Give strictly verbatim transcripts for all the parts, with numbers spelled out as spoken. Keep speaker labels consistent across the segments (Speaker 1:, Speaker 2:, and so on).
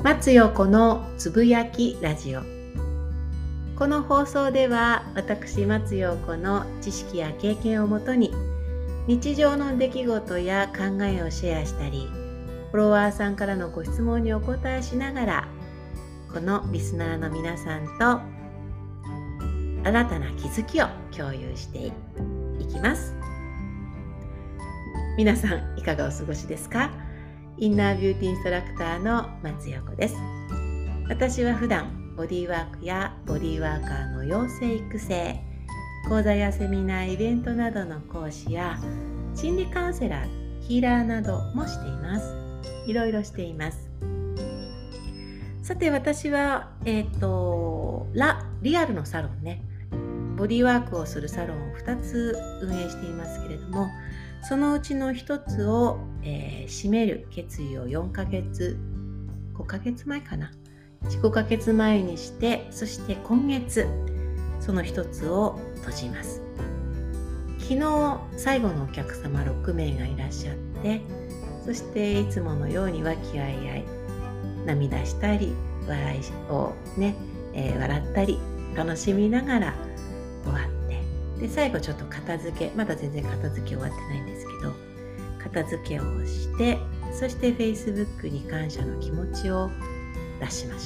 Speaker 1: 松代子のつぶやきラジオ。この放送では私松代子の知識や経験をもとに日常の出来事や考えをシェアしたり、フォロワーさんからのご質問にお答えしながら、このリスナーの皆さんと新たな気づきを共有していきます。皆さんいかがお過ごしですか？インナービューティーインストラクターの松代子です。私は普段ボディーワークやボディーワーカーの養成育成、講座やセミナー、イベントなどの講師や心理カウンセラー、ヒーラーなどもしています。いろいろしています。さて私は、えっと、ラ、リアルのサロンね、ボディーワークをするサロンをふたつ運営していますけれども、そのうちのひとつを、えー、閉める決意をよんかげつ、ごかげつまえかな、よん、ごかげつまえにして、そして今月そのひとつを閉じます。昨日最後のお客様ろくめいがいらっしゃって、そしていつものように和気あいあい涙したり笑いをね、えー、笑ったり楽しみながら終わって、で最後ちょっと片付け、まだ全然片付け終わってないんですけど、片付けをして、そして Facebook に感謝の気持ちを出しました。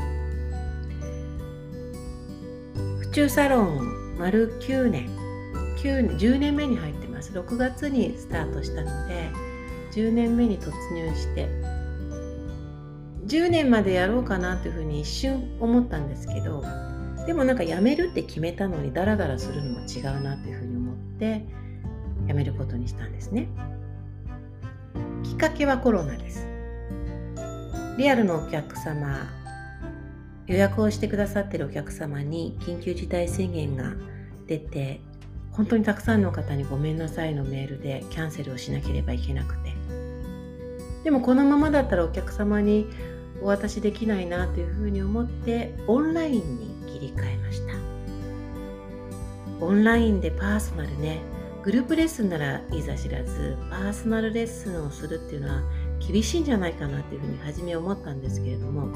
Speaker 1: 府中サロン丸きゅうねん、きゅうねんじゅうねんめに入ってます。ろくがつにスタートしたのでじゅうねんめに突入して、じゅうねんまでやろうかなというふうに一瞬思ったんですけど、でもなんかやめるって決めたのにダラダラするのも違うなというふうに思ってやめることにしたんですね。きっかけはコロナです。リアルのお客様、予約をしてくださっているお客様に緊急事態宣言が出て、本当にたくさんの方にごめんなさいのメールでキャンセルをしなければいけなくて、でもこのままだったらお客様にお渡しできないなというふうに思ってオンラインに切り替えました。オンラインでパーソナルね、グループレッスンならいざ知らず、パーソナルレッスンをするっていうのは厳しいんじゃないかなというふうに初め思ったんですけれども、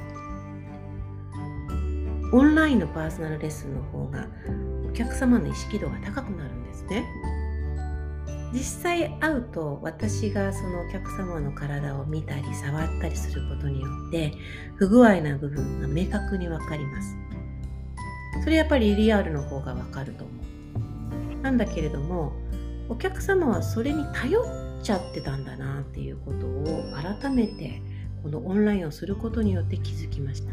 Speaker 1: オンラインのパーソナルレッスンの方がお客様の意識度が高くなるんですね。実際会うと私がそのお客様の体を見たり触ったりすることによって不具合な部分が明確に分かります。それやっぱりリアルの方が分かると思う。なんだけれどもお客様はそれに頼っちゃってたんだなっていうことを改めてこのオンラインをすることによって気づきました。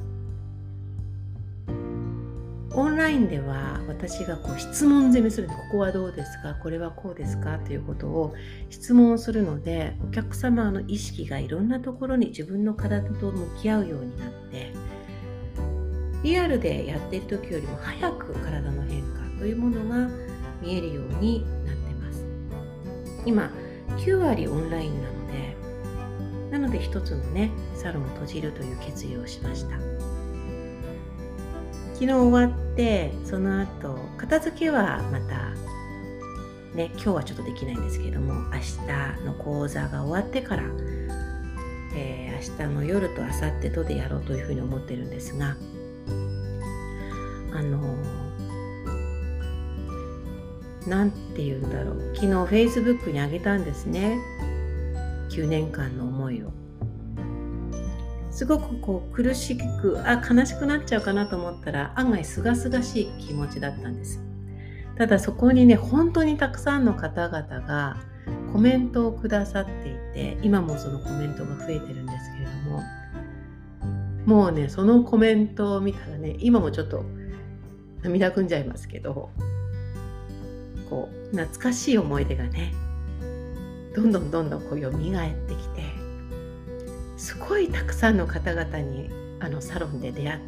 Speaker 1: オンラインでは私がこう質問攻めするの、ここはどうですか、これはこうですかということを質問するので、お客様の意識がいろんなところに自分の体と向き合うようになって、リアルでやっている時よりも早く体の変化というものが見えるようになってます。今きゅうわりオンラインなので、なので一つのねサロンを閉じるという決意をしました。昨日終わって、その後片付けはまたね、今日はちょっとできないんですけれども、明日の講座が終わってから、えー、明日の夜と明後日とでやろうというふうに思ってるんですが、あのー、なんて言うんだろう、昨日 Facebook に上げたんですね、きゅうねんかんの思いを。すごくこう苦しく、あ、悲しくなっちゃうかなと思ったら案外すがすがしい気持ちだったんです。ただそこにね、本当にたくさんの方々がコメントをくださっていて、今もそのコメントが増えてるんですけれども、もうねそのコメントを見たらね、今もちょっと涙ぐんじゃいますけど、こう懐かしい思い出がねどんどんどんどんこう蘇ってきて、すごいたくさんの方々にあのサロンで出会って、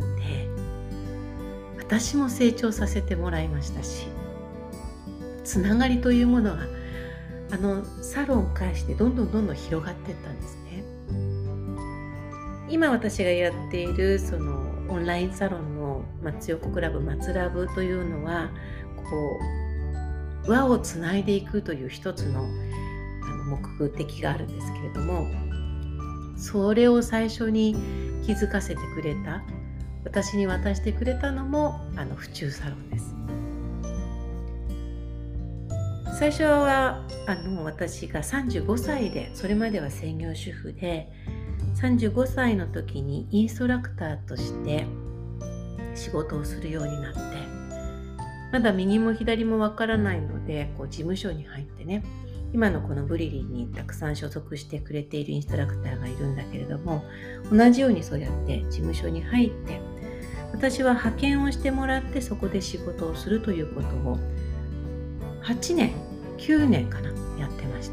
Speaker 1: 私も成長させてもらいましたし、つながりというものがあのサロンを介してどんどんどんどん広がっていったんですね。今私がやっているそのオンラインサロンの松代子クラブ松ラブというのは、こう輪をつないでいくという一つのあの目的があるんですけれども、 それを最初に気づかせてくれた、私に渡してくれたのもあの府中サロンです。最初はあの私がさんじゅうごさいで、それまでは専業主婦で、さんじゅうごさいの時にインストラクターとして仕事をするようになって、まだ右も左もわからないので、こう事務所に入ってね、今のこのブリリンにたくさん所属してくれているインストラクターがいるんだけれども、同じようにそうやって事務所に入って、私は派遣をしてもらってそこで仕事をするということをはちねんきゅうねんかなやってました。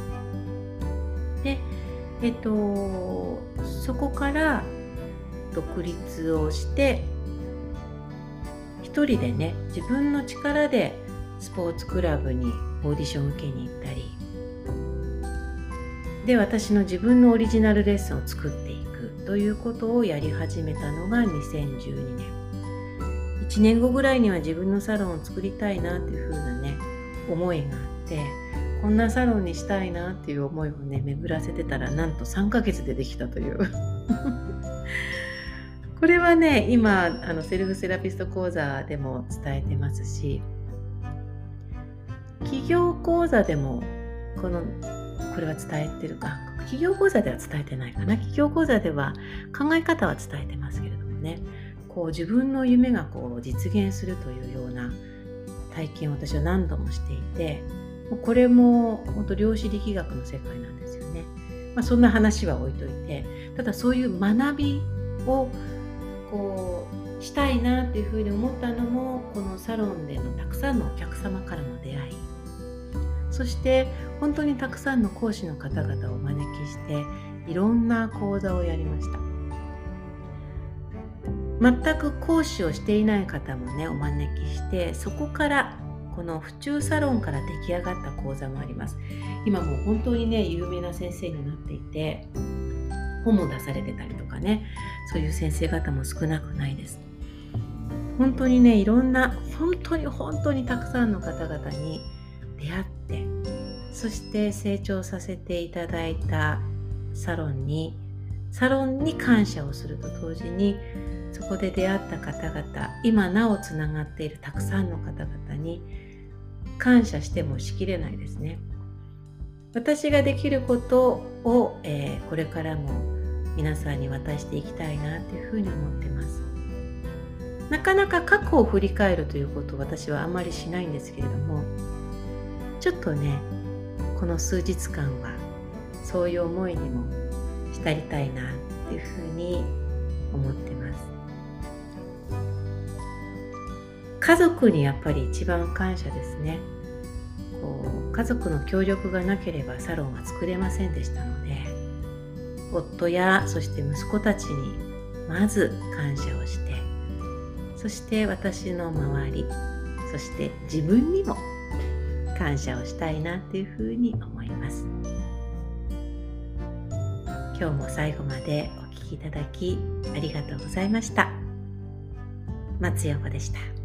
Speaker 1: でえっとそこから独立をして、一人でね、自分の力でスポーツクラブにオーディション受けに行ったりで、私の自分のオリジナルレッスンを作っていくということをやり始めたのがにせんじゅうにねん。いちねんごぐらいには自分のサロンを作りたいなっていう風なね思いがあって、こんなサロンにしたいなっていう思いをね巡らせてたら、なんとさんかげつでできたというこれはね、今あのセルフセラピスト講座でも伝えてますし、企業講座でもこのこれは伝えてるか、企業講座では伝えてないかな。企業講座では考え方は伝えてますけれどもね、こう自分の夢がこう実現するというような体験を私は何度もしていて、これも本当量子力学の世界なんですよね。まあ、そんな話は置いといて、ただそういう学びをこうしたいなっていうふうに思ったのも、このサロンでのたくさんのお客様からの出会い、そして本当にたくさんの講師の方々をお招きしていろんな講座をやりました。全く講師をしていない方もねお招きして、そこからこの府中サロンから出来上がった講座もあります。今もう本当にね有名な先生になっていて、本も出されてたりとかね、そういう先生方も少なくないです。本当にね、いろんな本当に本当にたくさんの方々に出会って、そして成長させていただいたサロンにサロンに感謝をすると同時に、そこで出会った方々、今なおつながっているたくさんの方々に感謝してもしきれないですね。私ができることを、えー、これからも皆さんに渡していきたいなというふうに思ってます。なかなか過去を振り返るということを私はあまりしないんですけれども、ちょっとねこの数日間はそういう思いにも浸りたいなっていうふうに思ってます。家族にやっぱり一番感謝ですね。こう家族の協力がなければサロンは作れませんでしたので、夫やそして息子たちにまず感謝をして、そして私の周り、そして自分にも感謝をしたいなというふうに思います。今日も最後までお聞きいただきありがとうございました。松代子でした。